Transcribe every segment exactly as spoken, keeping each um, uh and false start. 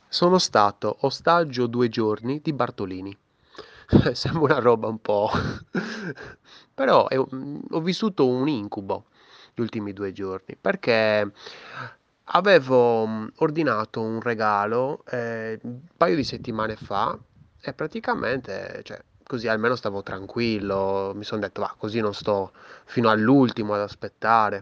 Sono stato ostaggio due giorni di Bartolini. Sembra una roba un po'... Però è un- ho vissuto un incubo gli ultimi due giorni perché avevo mm, ordinato un regalo eh, un paio di settimane fa e praticamente, cioè, così almeno stavo tranquillo. Mi sono detto, va, così non sto fino all'ultimo ad aspettare.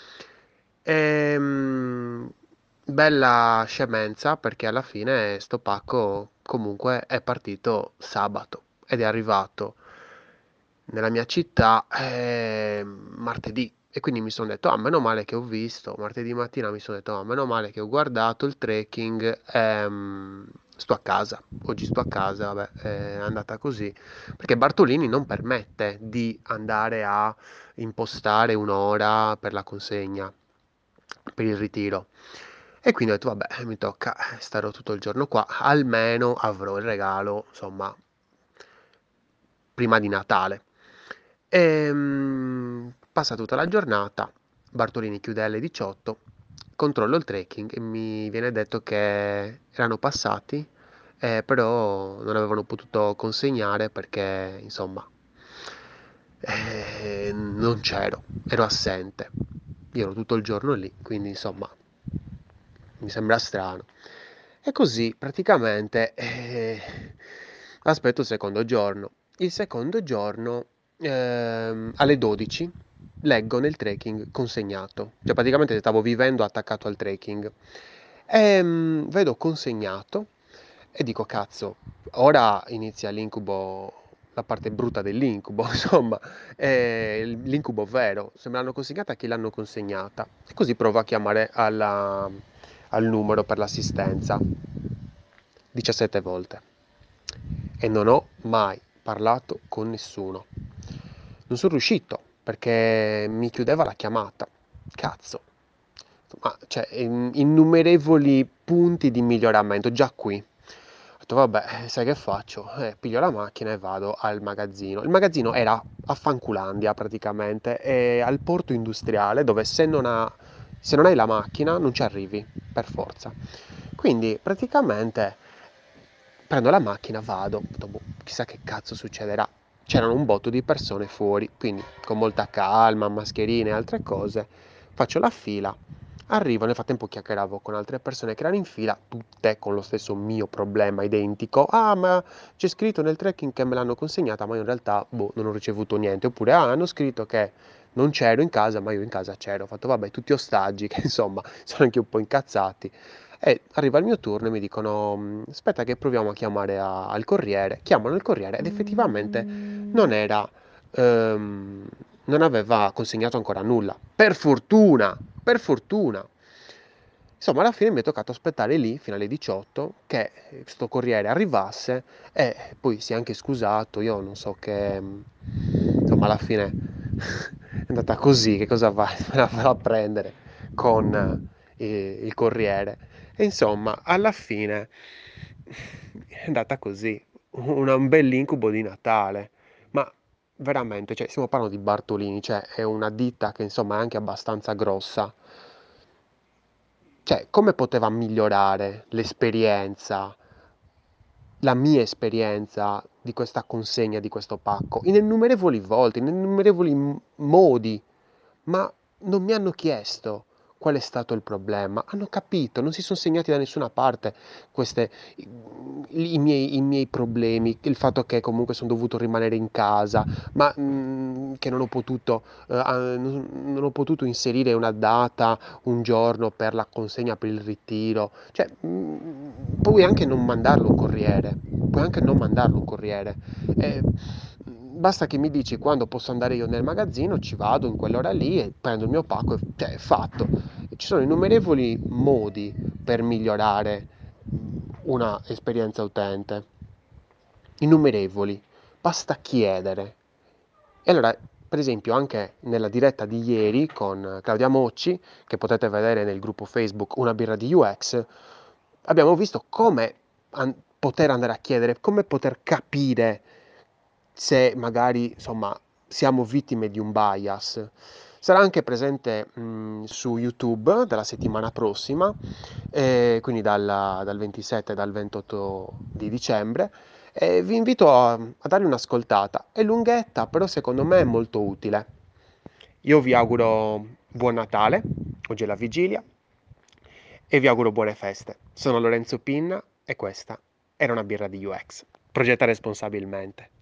Ehm, Bella scemenza perché alla fine sto pacco comunque è partito sabato ed è arrivato nella mia città eh, martedì. E quindi mi sono detto, ah, meno male che ho visto, martedì mattina mi sono detto, ah, meno male che ho guardato il trekking, ehm, sto a casa, oggi sto a casa, vabbè, è andata così, perché Bartolini non permette di andare a impostare un'ora per la consegna, per il ritiro. E quindi ho detto, vabbè, mi tocca, starò tutto il giorno qua, almeno avrò il regalo, insomma, prima di Natale. Ehm, passa tutta la giornata, Bartolini chiude alle diciotto, controllo il tracking e mi viene detto che erano passati, eh, però non avevano potuto consegnare perché, insomma, eh, non c'ero, ero assente. Io ero tutto il giorno lì, quindi insomma, mi sembra strano. E così praticamente eh, aspetto il secondo giorno. Il secondo giorno ehm, alle dodici leggo nel tracking consegnato. Cioè praticamente stavo vivendo attaccato al tracking. E mm, vedo consegnato e dico cazzo, ora inizia l'incubo, la parte brutta dell'incubo, insomma, è l'incubo vero. Se me l'hanno consegnata, a chi l'hanno consegnata? E così provo a chiamare alla- al numero per l'assistenza diciassette volte e non ho mai parlato con nessuno. Non sono riuscito perché mi chiudeva la chiamata. Cazzo. Ma cioè, in- innumerevoli punti di miglioramento già qui. Ho detto, vabbè, sai che faccio? Eh, piglio la macchina e vado al magazzino. Il magazzino era a Fanculandia praticamente, è al porto industriale dove se non ha, se non hai la macchina non ci arrivi, per forza. Quindi praticamente prendo la macchina, vado, dopo, chissà che cazzo succederà. C'erano un botto di persone fuori, quindi con molta calma, mascherine e altre cose, faccio la fila, arrivo, nel frattempo chiacchieravo con altre persone che erano in fila, tutte con lo stesso mio problema identico. Ah, ma c'è scritto nel tracking che me l'hanno consegnata, ma io in realtà, boh, non ho ricevuto niente. Oppure, ah, hanno scritto che non c'ero in casa, ma io in casa c'ero. Ho fatto, vabbè, tutti ostaggi, che insomma, sono anche un po' incazzati. E arriva il mio turno e mi dicono, "Mm, aspetta che proviamo a chiamare a- al corriere." Chiamano il corriere ed effettivamente non era, ehm, non aveva consegnato ancora nulla. Per fortuna, per fortuna. Insomma, alla fine mi è toccato aspettare lì fino alle diciotto che sto corriere arrivasse e poi si è anche scusato. Io non so che, mm, insomma, alla fine è andata così. Che cosa vai? Me la farò a prendere con eh, il corriere. E insomma, alla fine è andata così. Un, un bell'incubo di Natale. Ma veramente, cioè, stiamo parlando di Bartolini, cioè è una ditta che insomma è anche abbastanza grossa. Cioè, come poteva migliorare l'esperienza, la mia esperienza di questa consegna di questo pacco? In innumerevoli volte, in innumerevoli m- modi, ma non mi hanno chiesto qual è stato il problema. Hanno capito, non si sono segnati da nessuna parte queste, i, i miei, i miei problemi, il fatto che comunque sono dovuto rimanere in casa, ma mh, che non ho potuto, eh, ah, non, non ho potuto inserire una data, un giorno per la consegna, per il ritiro. Cioè, mh, puoi anche non mandarlo un corriere, puoi anche non mandarlo un corriere. Eh, Basta che mi dici quando posso andare io nel magazzino, ci vado in quell'ora lì e prendo il mio pacco, e, cioè è fatto. Ci sono innumerevoli modi per migliorare una esperienza utente, innumerevoli, basta chiedere. E allora, per esempio, anche nella diretta di ieri con Claudia Mocci, che potete vedere nel gruppo Facebook Una birra di U X, abbiamo visto come an- poter andare a chiedere, come poter capire se magari, insomma, siamo vittime di un bias, Sarà anche presente mh, su YouTube dalla settimana prossima, eh, quindi dalla- dal ventisette e dal ventotto di dicembre. E vi invito a, a dargli un'ascoltata. È lunghetta, però secondo me è molto utile. Io vi auguro buon Natale, oggi è la vigilia, e vi auguro buone feste. Sono Lorenzo Pinna e questa era una birra di U X. Progetta responsabilmente.